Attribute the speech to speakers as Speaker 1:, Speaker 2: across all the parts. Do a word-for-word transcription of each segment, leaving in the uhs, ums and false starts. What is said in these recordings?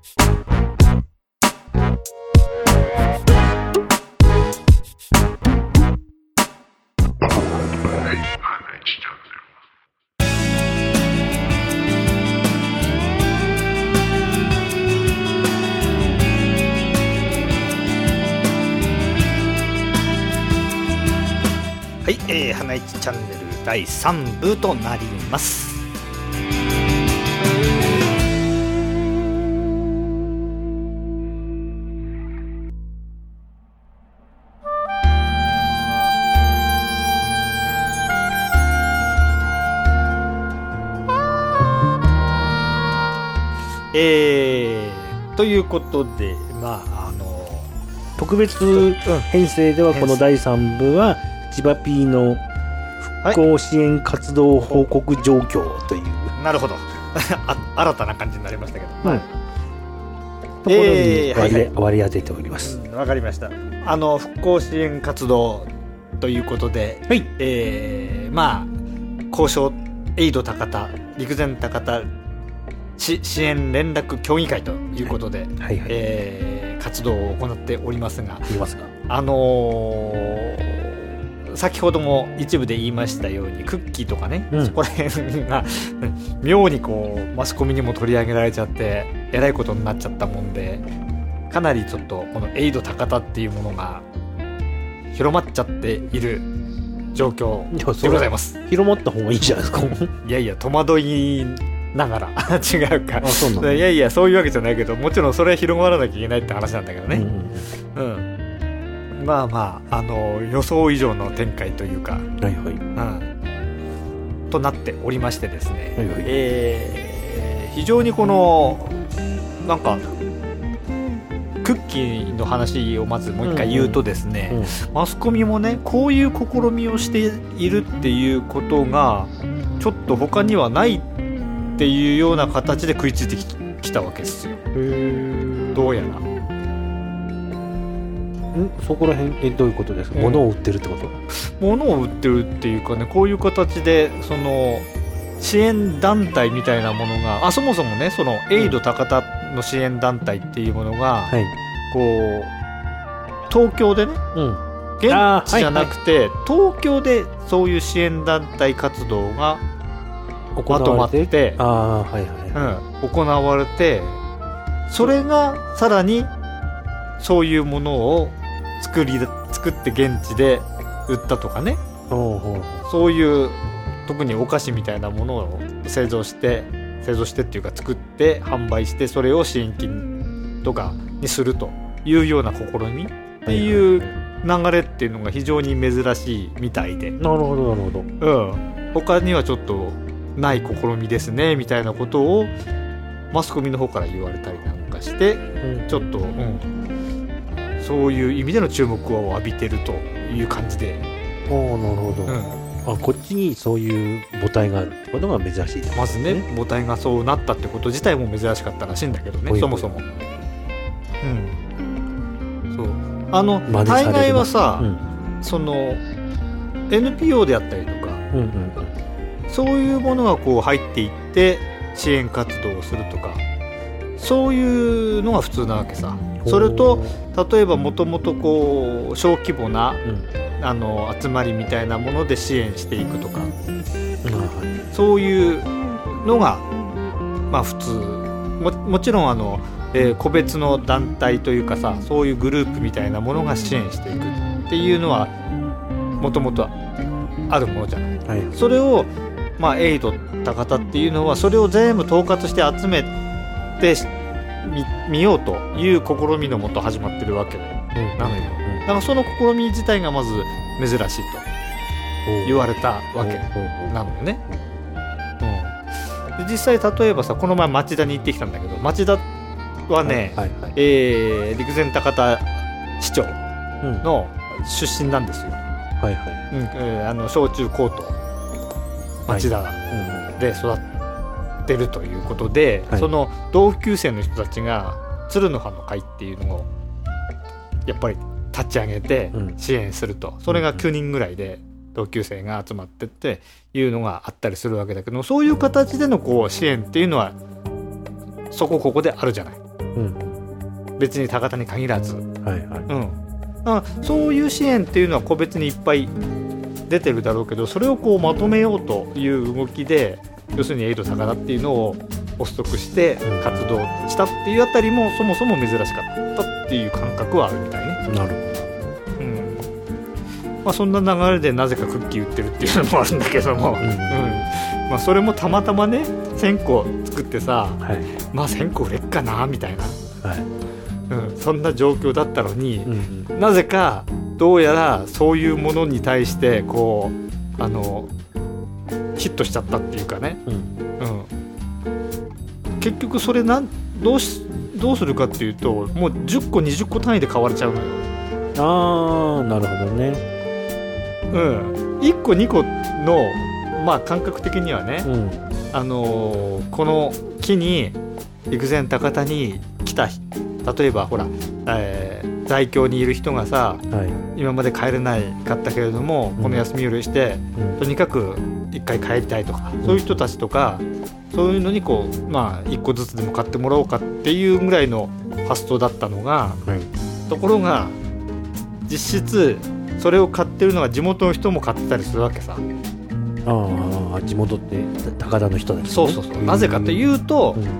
Speaker 1: はい、えー、花一チャンネルだいさん部となります。えー、ということで、まああの
Speaker 2: 特別編成ではこのだいさん部は千葉 P の復興支援活動報告状況という、
Speaker 1: はい、なるほど新たな感じになりましたけど、
Speaker 2: うん、ところに割り、えーはいはい、割り当てております。
Speaker 1: わ、うん、かりました。あの復興支援活動ということで、はい、えー、まあ交渉エイド高田陸前高田支援連絡協議会ということで、はいはいはい、えー、活動を行っておりますが、
Speaker 2: いますが
Speaker 1: あのー先ほども一部で言いましたようにクッキーとかね、うん、そこら辺が妙にこうマスコミにも取り上げられちゃってえらいことになっちゃったもんで、かなりちょっとこのエイド高田っていうものが広まっちゃっている状況でございます。
Speaker 2: 広まった方がいいじゃないですか
Speaker 1: いやいや戸惑いながら違うか。
Speaker 2: あ、そうなんだ。
Speaker 1: いやいやそういうわけじゃないけど、もちろんそれは広まらなきゃいけないって話なんだけどね、うん、うんうん、まあまあ、あの予想以上の展開というか、はいはい、うん、となっておりましてですね、はいはい、えー、非常にこのなんかクッキーの話をまずもう一回言うとですね、うんうんうん、マスコミもねこういう試みをしているっていうことがちょっと他にはないっていうような形で食いついて き, きたわけですよ。へー、どうやら
Speaker 2: んそこら辺えどういうことですか、うん、物を売ってるってこと？
Speaker 1: 物を売ってるっていうかね、こういう形でその支援団体みたいなものが、あ、そもそもねそのエイド高田の支援団体っていうものが、はい、こう東京でね、うん、現地じゃなくて、はいはい、東京でそういう支援団体活動がまとまって、あ、はいはいはい、うん、行われて、それがさらにそういうものを作り作って現地で売ったとかね、ほうほう、そういう特にお菓子みたいなものを製造して製造してっていうか作って販売して、それを支援金とかにするというような試みっていう流れっていうのが非常に珍しいみたいで、
Speaker 2: なるほどなるほど、
Speaker 1: うん、他にはちょっとない試みですねみたいなことをマスコミの方から言われたりなんかして、うん、ちょっと、うん、そういう意味での注目を浴びてるという感じで。
Speaker 2: ああ、なるほど、うん、あ、こっちにそういう母体があるってことが珍しいですね。
Speaker 1: まずね、母体がそうなったってこと自体も珍しかったらしいんだけどね、ほいほい、そもそも、うん、そう、あの大概はさ、うん、その エヌピーオー であったりとか、うんうんうん、そういうものがこう入っていって支援活動をするとか、そういうのが普通なわけさ。それと例えばもともとこう小規模な、うん、あの集まりみたいなもので支援していくとか、うん、そういうのがまあ普通 も, もちろんあの、えー、個別の団体というかさ、そういうグループみたいなものが支援していくっていうのはもともとあるものじゃない、はい、それを、まあ、エイド高田っていうのはそれを全部統括して集めて見, 見ようという試みのもと始まってるわけなのよ、うん、だからその試み自体がまず珍しいと言われたわけなのよね、うん、で実際例えばさ、この前町田に行ってきたんだけど、町田はね、はいはいはい、えー、陸前高田市長の出身なんですよ、うん、はいはい、うん、えー、あの小中高と町田で育ってるということで、はい、その同級生の人たちが鶴の葉の会っていうのをやっぱり立ち上げて支援すると、うん、それがきゅうにんぐらいで同級生が集まってっていうのがあったりするわけだけど、そういう形でのこう支援っていうのはそこここであるじゃない、うんうんうん、別に高田に限らず、
Speaker 2: はいはい、
Speaker 1: うん、あそういう支援っていうのは個別にいっぱい出てるだろうけど、それをこうまとめようという動きで、要するにエイド高田っていうのを発足して活動したっていうあたりもそもそも珍しかったっていう感覚はあるみたいね。
Speaker 2: なるほど、
Speaker 1: うんまあ、そんな流れでなぜかクッキー売ってるっていうのもあるんだけども、うんうんまあ、それもたまたまねせんこ作ってさ、はい、まあせんこ売れっかなみたいな、はいうん、そんな状況だったのに、うんうん、なぜかどうやらそういうものに対してこうあのヒットしちゃったっていうかね、うんうん、結局それなんどうしどうするかっていうと、もうじゅっこにじゅっこ単位で買われちゃうのよ。
Speaker 2: あーなるほどね。
Speaker 1: うんいっこにこのまあ感覚的にはね、うんあのー、この木に陸前高田に来た例えばほら、えー、在京にいる人がさ、はい、今まで帰れないかったけれども、うん、この休みを利して、うん、とにかく一回帰りたいとか、うん、そういう人たちとかそういうのにこう、まあ、いっこずつでも買ってもらおうかっていうぐらいの発想だったのが、はい、ところが実質それを買ってるのが地元の人も買ってたりするわけさ。
Speaker 2: ああ地元って高田の人たち、ね、
Speaker 1: そうそうそう。なぜかというと、うん、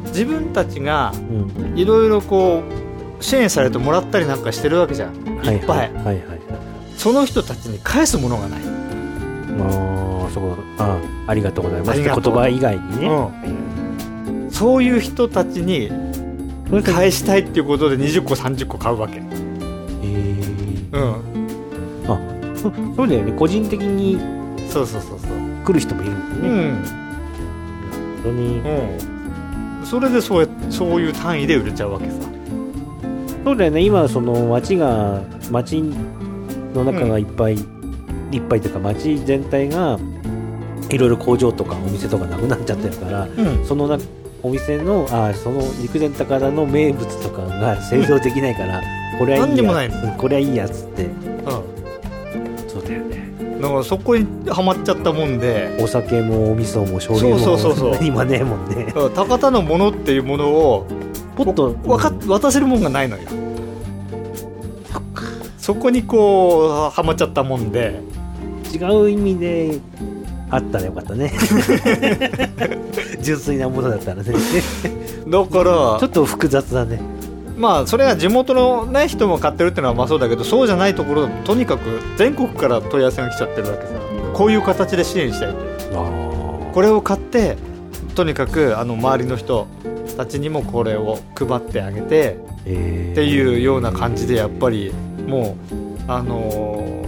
Speaker 1: 自分たちがいろいろこう支援されてもらったりなんかしてるわけじゃん、いっぱい、はいはいはいはい、その人たちに返すものがない。
Speaker 2: あそうあありがとうございますって言葉以外にね、
Speaker 1: うん、そういう人たちに返したいっていうことでにじゅっこさんじゅっこ買うわけ。へえー、うん
Speaker 2: あそ, そうだよね。個人的に
Speaker 1: そうそうそうそう
Speaker 2: 来る人もいるんだよね、うん
Speaker 1: 本当に、うん、それでそうやそういう単位で売れちゃうわけさ。
Speaker 2: そうだよね。今その町が町の中がいっぱい、うん、いっぱいというか町全体がいろいろ工場とかお店とかなくなっちゃってるから、うん、そのなお店のあその陸前高田の名物とかが製造できないから、うん、これはいいやつこれはいいやつって、うん、そうだよね。
Speaker 1: だからそこにはまっちゃったもんで、
Speaker 2: お酒もお味噌も醤油も
Speaker 1: そうそうそうそう
Speaker 2: 今ねえもんね。
Speaker 1: 高田のものっていうものをポッとわか、うん、渡せるもんがないのよ。そこにこうはまっちゃったもんで、
Speaker 2: 違う意味であったらよかったね純粋なものだったらね
Speaker 1: だから
Speaker 2: ちょっと複雑だね。
Speaker 1: まあそれは地元の、ね、人も買ってるっていうのはまあそうだけど、そうじゃないところとにかく全国から問い合わせが来ちゃってるわけさ。こういう形で支援したいという、あこれを買ってとにかくあの周りの人たちにもこれを配ってあげて、えー、っていうような感じで、やっぱりもうあの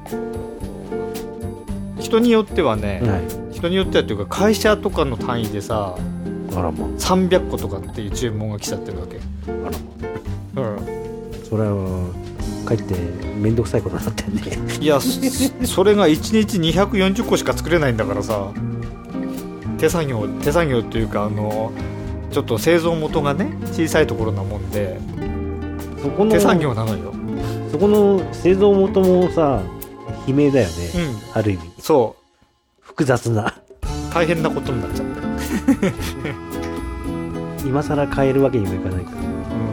Speaker 1: ー、人によってはね、はい、人によってはというか会社とかの単位でさ、あらまさんびゃっことかっていう注文が来ちゃってるわけ。あらま、うん、
Speaker 2: それはかえってめんどくさいことになってんね。
Speaker 1: いや そ, それがいちにちにひゃくよんじゅっこしか作れないんだからさ、手作業手作業っていうかあのちょっと製造元がね小さいところなもんで、そこの手作業なのよ。
Speaker 2: そこの製造元もさ悲鳴だよね、うん、ある意味
Speaker 1: そう
Speaker 2: 複雑な
Speaker 1: 大変なことになっちゃった
Speaker 2: 今更変えるわけにもいかないから、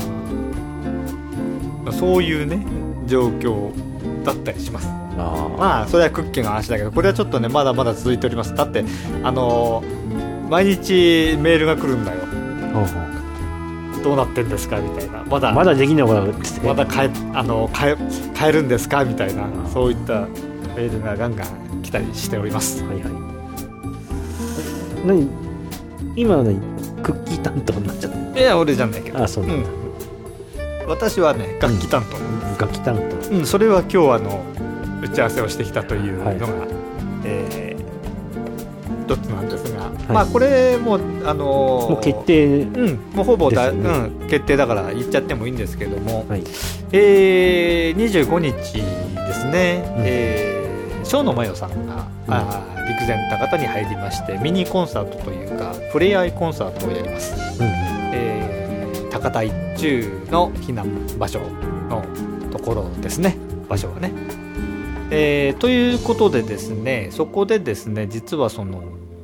Speaker 1: うん、そういうね状況だったりします。あまあそれはクッキーの話だけど、これはちょっとねまだまだ続いております。だってあのー、毎日メールが来るんだよ。ほうほうどうなってんですかみたいな、まだ
Speaker 2: まだできないのかですね。
Speaker 1: まだ変えあの変え変えるんですかみたいな、そういったメールがガンガン来たりしております。はいはい。
Speaker 2: 何今は何クッキー担当になっちゃった。
Speaker 1: いや俺じゃないけど。
Speaker 2: あそうなんだ、
Speaker 1: うん、私はね楽器担当、うん、
Speaker 2: 楽器担当、
Speaker 1: うん、それは今日あの打ち合わせをしてきたというのが、はいえー、一つなんですが、はい、まあこれもあのー、
Speaker 2: もう決定、
Speaker 1: うん、もうほぼだ、ねうん、決定だから言っちゃってもいいんですけども、はいえー、にじゅうごにちですね、うんえー、正野真代さんが、うん、あ陸前高田に入りまして、ミニコンサートというかプレイアイコンサートをやります、うんえー、高田一中の避難場所のところですね、場所はね、えー、ということでですね、そこでですね実はその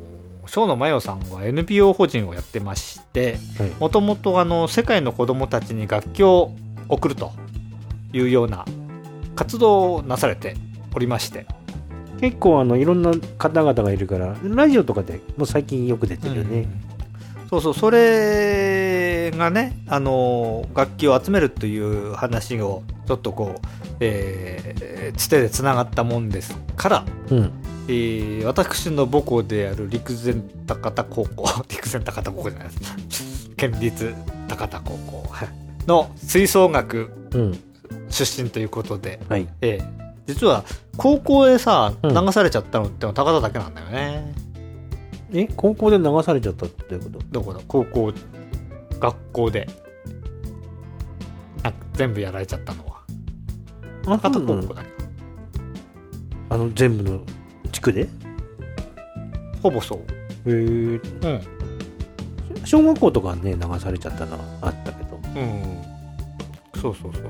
Speaker 1: 生野真世さんは エヌピーオー 法人をやってましてもともと世界の子どもたちに楽器を送るというような活動をなされておりまして、
Speaker 2: 結構あのいろんな方々がいるからラジオとかでもう最近よく出てるよね、
Speaker 1: うん、そうそう、それがね、あの楽器を集めるという話をちょっとこう、えー、つてでつながったもんですから、うんえー、私の母校である陸前高田高校陸前高田高校じゃないです県立高田高校の吹奏楽出身ということで、うんはいえー実は高校でさ流されちゃったのってのは高田だけなんだよね、
Speaker 2: うん、え高校で流されちゃったっていうこと？
Speaker 1: どこだ高校学校であ全部やられちゃったのは高田高校だけ、
Speaker 2: あの全部の地区で
Speaker 1: ほぼそうへ
Speaker 2: え、うん、小学校とかね流されちゃったのはあったけど、うん、
Speaker 1: そうそうそう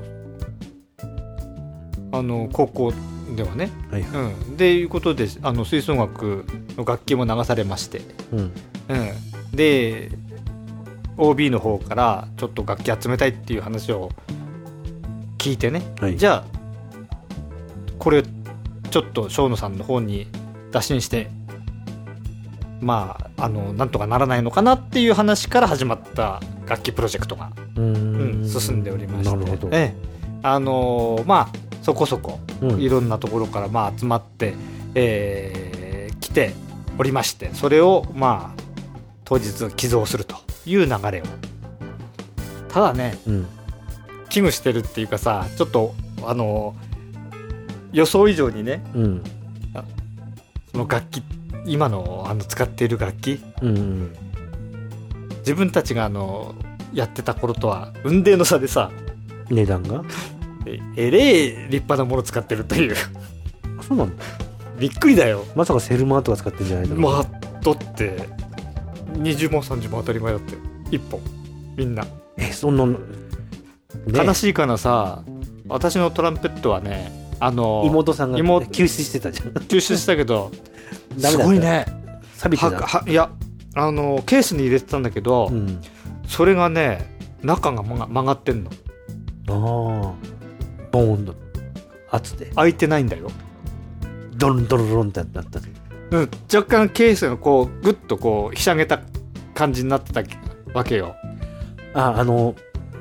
Speaker 1: あの高校ではね、はいうん、でいうことであの吹奏楽の楽器も流されまして、うんうん、で オービー の方からちょっと楽器集めたいっていう話を聞いてね、はい、じゃあこれちょっと生野さんの方に打診してまああのなんとかならないのかなっていう話から始まった楽器プロジェクトが、うんうん、進んでおりまして、なるほど、ええ、あのまあそこそこいろんなところからまあ集まって、うんえー、来ておりまして、それをまあ当日寄贈するという流れをただね、うん、危惧してるっていうかさちょっとあの予想以上にね、うん、その楽器今 の, あの使っている楽器、うんうん、自分たちがあのやってた頃とは雲泥の差でさ
Speaker 2: 値段が
Speaker 1: えれえ立派なもの使ってるという
Speaker 2: そうなんだ
Speaker 1: びっくりだよ。
Speaker 2: まさかセルマーとか使ってるんじゃないの？
Speaker 1: まあだってにじゅうまんさんじゅうまん当たり前だっていっぽんみんな
Speaker 2: えそんな、ね、
Speaker 1: 悲しいかなさ。私のトランペットはねあの
Speaker 2: 妹さんが、ね、救出してたじゃん
Speaker 1: 救出したけどすごいね
Speaker 2: 錆びてた
Speaker 1: ははいやあのケースに入れてたんだけど、うん、それがね中が曲がってんの。
Speaker 2: ああボーンと圧で
Speaker 1: 開いてないんだよ。
Speaker 2: ドロンドロロンってなった、
Speaker 1: うん、若干ケースがこうグッとこうひしゃげた感じになってたわけよ。
Speaker 2: ああの、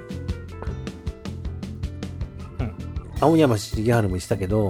Speaker 2: うん、青山茂春もしたけど、うん、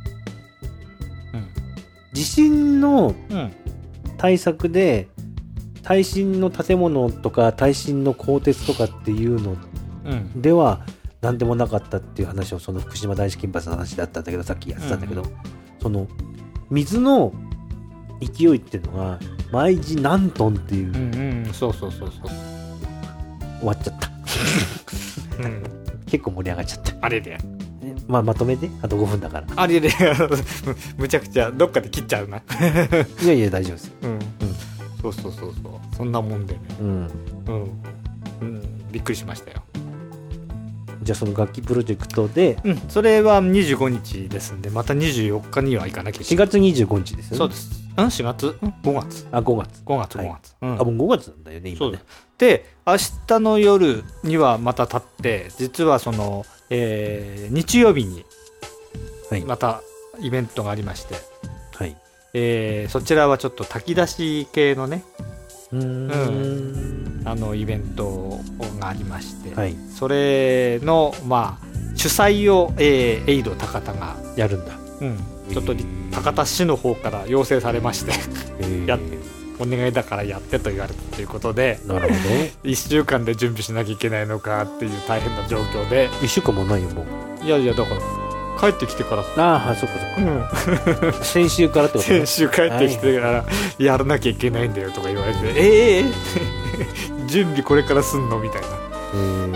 Speaker 2: 地震の対策で、うん、耐震の建物とか耐震の鋼鉄とかっていうのでは、うん何でもなかったっていう話をその福島第一原発の話だったんだけどさっきやってたんだけど、うん、その水の勢いっていうのが毎時何トンっていう、うんうん、
Speaker 1: そうそうそうそう
Speaker 2: 終わっちゃった、うん、結構盛り上がっちゃった。
Speaker 1: あれで
Speaker 2: まあまとめてあとごふんだから。
Speaker 1: あれでむちゃくちゃどっかで切っちゃうな。
Speaker 2: いやいや大丈夫です、うんうん、
Speaker 1: そうそうそうそうそんなもんでね、うんうんうん、びっくりしましたよ。
Speaker 2: じゃあその楽器プロジェクトで、
Speaker 1: うん、それはにじゅうごにちですんでまたにじゅうよっかには行かなきゃいけない。
Speaker 2: しがつにじゅうごにちですよね。
Speaker 1: そうです。うんしがつ、うん、ごがつ
Speaker 2: あごがつ
Speaker 1: ごがつごがつ、
Speaker 2: はいうん、あもうごがつなんだよね今ね。
Speaker 1: で明日の夜にはまた立って実はその、えー、日曜日にまたイベントがありまして、はいえー、そちらはちょっと炊き出し系のねうーん、うん、あのイベントがありまして、はい、それの、まあ、主催を、えー、エイド高田が
Speaker 2: やるんだ、
Speaker 1: うん、ちょっと高田市の方から要請されましてやお願いだからやってと言われたということで、なるほどいっしゅうかんで準備しなきゃいけないのかっていう大変な状況で。
Speaker 2: いっしゅうかんもないよも
Speaker 1: う。いやいやだから帰ってきてから
Speaker 2: ああそっかそっか、うん、先週からってことね。
Speaker 1: 先週帰ってきてからやらなきゃいけないんだよとか言われて、はい、ええー、準備これからすんのみたいな。うん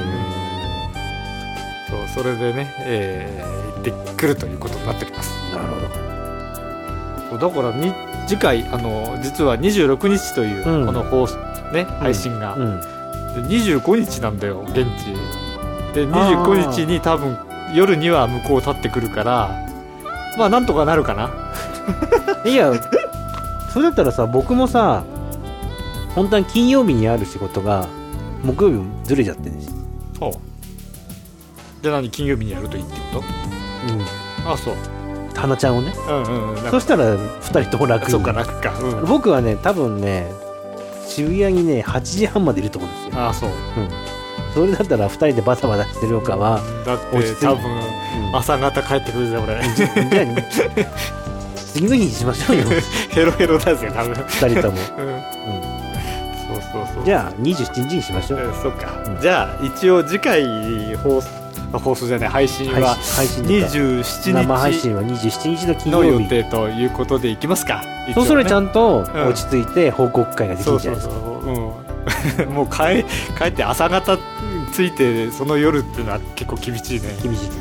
Speaker 1: そうそれでね、えー、行ってくるということになってきます。
Speaker 2: なるほど。
Speaker 1: だからに次回あの実はにじゅうろくにちというこの放送、うん、ね配信が、うんうん、にじゅうごにちなんだよ現地で。にじゅうごにちに多分夜には向こう立ってくるからまあなんとかなるかな。
Speaker 2: いやそれだったらさ僕もさ本当は金曜日にある仕事が木曜日ずれちゃってるんですよ。
Speaker 1: ほう。じゃあ何、金曜日にやるといいってこと？うん。あ、そう。
Speaker 2: 花ちゃんをね。うんうんうん。そしたらふたりとも楽に。
Speaker 1: そうか、楽か。うん、
Speaker 2: 僕はね、多分ね、渋谷にね、はちじはんまでいると思うんですよ。
Speaker 1: ああ、そう。うん。
Speaker 2: それだったらふたりでバタバタしてるよかは、
Speaker 1: だって多分、うん、朝方帰ってくるぜ俺。じゃあ
Speaker 2: 次の日にしましょうよ。
Speaker 1: ヘロヘロだぜ多分。
Speaker 2: ふたりとも。うん。うん、
Speaker 1: そうそうそう。
Speaker 2: じゃあにじゅうしちにちにしましょう。
Speaker 1: うん、そっか。うん、じゃあ一応次回放送放送じゃない配信はにじゅうしちにち、
Speaker 2: 生配信はにじゅうしちにちの金曜日
Speaker 1: の予定ということでいきますか。
Speaker 2: ね、そうするとちゃんと落ち着いて報告会ができるじゃないですか。
Speaker 1: そうそうそう、うん、もう帰帰って朝方着いてその夜っていうのは結構厳しいね。
Speaker 2: 厳しい厳しい。うん、そう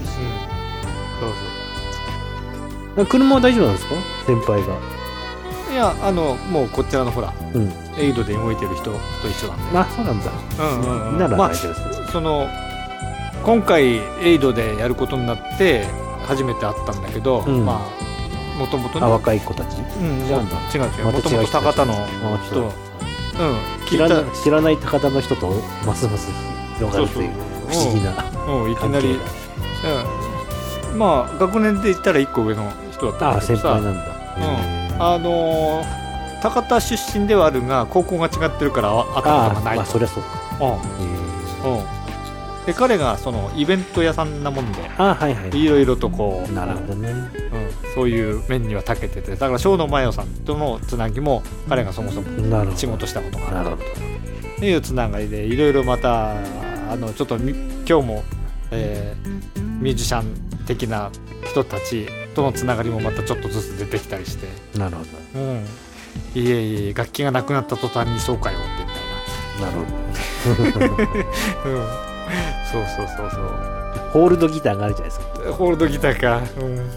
Speaker 1: そう。
Speaker 2: 車は大丈夫なんですか、先輩が。
Speaker 1: いや、あのもうこちらのほら、うん、エイドで動いてる人と一緒なんで。
Speaker 2: あ、そうなんだ。うんうんうん。なら大丈夫です。
Speaker 1: まあ、その今回エイドでやることになって初めて会ったんだけど、うん、まあもともとね、
Speaker 2: 若い子たち、うん、
Speaker 1: 違う違うもともと高田の人、うん、
Speaker 2: 知らな知らない高田の人とますます広がるという不思議な
Speaker 1: もういきなり、うん、まあ学年で言ったらいっこ上の人だったんだけどさ、
Speaker 2: あ、先輩なんだ、
Speaker 1: うん、あのー、高田出身ではあるが高校が違ってるから会ったことがないと。
Speaker 2: まあそりゃそうか。
Speaker 1: うんうん。で彼がそのイベント屋さんなもんで、
Speaker 2: あ、はいはい、
Speaker 1: いろいろとこう、
Speaker 2: なるほどね、うん、
Speaker 1: そういう面には長けてて、だから小野真代さんとのつなぎも彼がそもそも仕事したことがあるというつながりで、いろいろまたあのちょっと今日も、えー、ミュージシャン的な人たちとのつながりもまたちょっとずつ出てきたりして、
Speaker 2: なるほど、
Speaker 1: うん、いえいえ楽器がなくなった途端にそうかよってみたいな。なるほど、うんそうそうそうそう。
Speaker 2: ホールドギターがあるじゃないですか。
Speaker 1: ホールドギターか。うん。そうだ。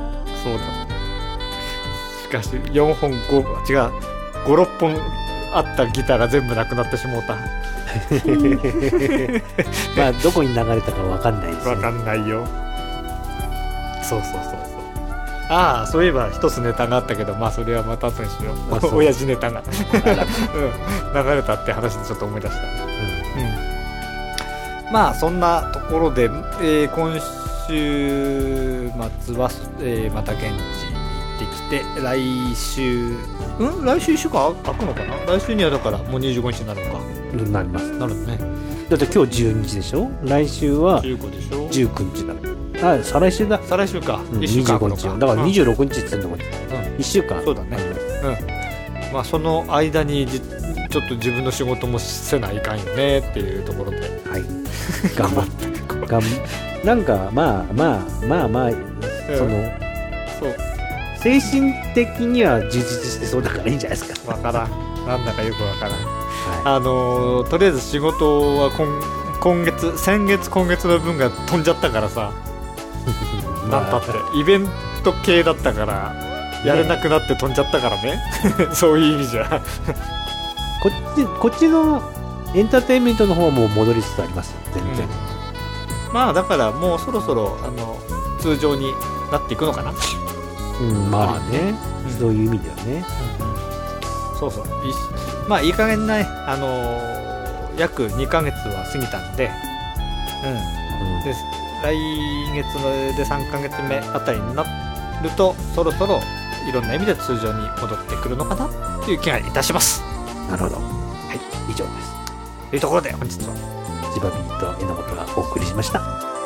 Speaker 1: しかしよんほんご違うごろっぽんあったギターが全部なくなってしもうた。
Speaker 2: まあどこに流れたかわかんないですね。
Speaker 1: わかんないよ。そうそうそうそう。ああ、そういえば一つネタがあったけど、まあそれはまた後にしよう。親父ネタが、うん、流れたって話でちょっと思い出した。うん。うん、まあそんなところで、えー、今週末は、えー、また現地に行ってきて、来週ん来週いっしゅうかん空くのかな。来週にはだからもうにじゅうごにちになるのか。
Speaker 2: なります。
Speaker 1: なるね。
Speaker 2: だって今日じゅうにちでしょ。来週はじゅうごでしょ。じゅうくにちだ。あ、再来週だ。
Speaker 1: 再来週か。
Speaker 2: うん、いっしゅうかん空くのか。にじゅうごにちだからにじゅうろくにちって言ってんのか、うん、いっしゅうかん。
Speaker 1: そうだね。うん。まあその間にじちょっと自分の仕事もせないかんよねっていうところで、はい、
Speaker 2: 頑張って頑なんかまあまあまあまあ、うん、そのそう精神的には充実してそうだからいいんじゃないですか。
Speaker 1: わからん、なんだかよくわからん、はい、あのとりあえず仕事は今今月先月今月の分が飛んじゃったからさまあ、なんだってイベント系だったからやれなくなって飛んじゃったからねそういう意味じゃ
Speaker 2: こっちこっちのエンターテインメントの方はもう戻りつつありますよ全然、うん、
Speaker 1: まあだからもうそろそろあの通常になっていくのかな。
Speaker 2: うん、まあね、うん、そういう意味ではね、うんうん、
Speaker 1: そうそう、いまあいい加減ね、あのー、約にかげつは過ぎたんで、うん、うん、で来月でさんかげつめあたりになるとそろそろいろんな意味で通常に戻ってくるのかなという気がいたします。
Speaker 2: なるほど、はい、以上です。
Speaker 1: というところで本日は
Speaker 2: 千葉ビート榎本がお送りしました。